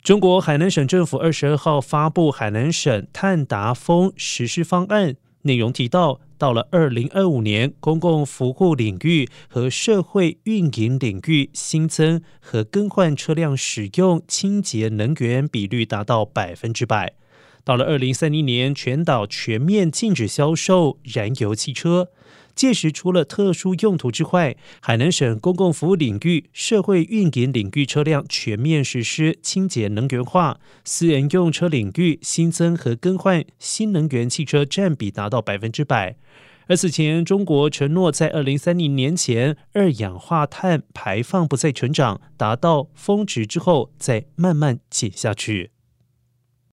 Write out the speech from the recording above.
中国海南省政府22号发布海南省碳达峰实施方案，内容提到，到了2025年，公共服务领域和社会运营领域新增和更换车辆使用清洁能源比率达到100%。到了2030年，全岛全面禁止销售燃油汽车。届时，除了特殊用途之外，海南省公共服务领域、社会运营领域车辆全面实施清洁能源化，私人用车领域新增和更换新能源汽车占比达到100%。而此前，中国承诺在2030年前二氧化碳排放不再成长，达到峰值之后再慢慢减下去。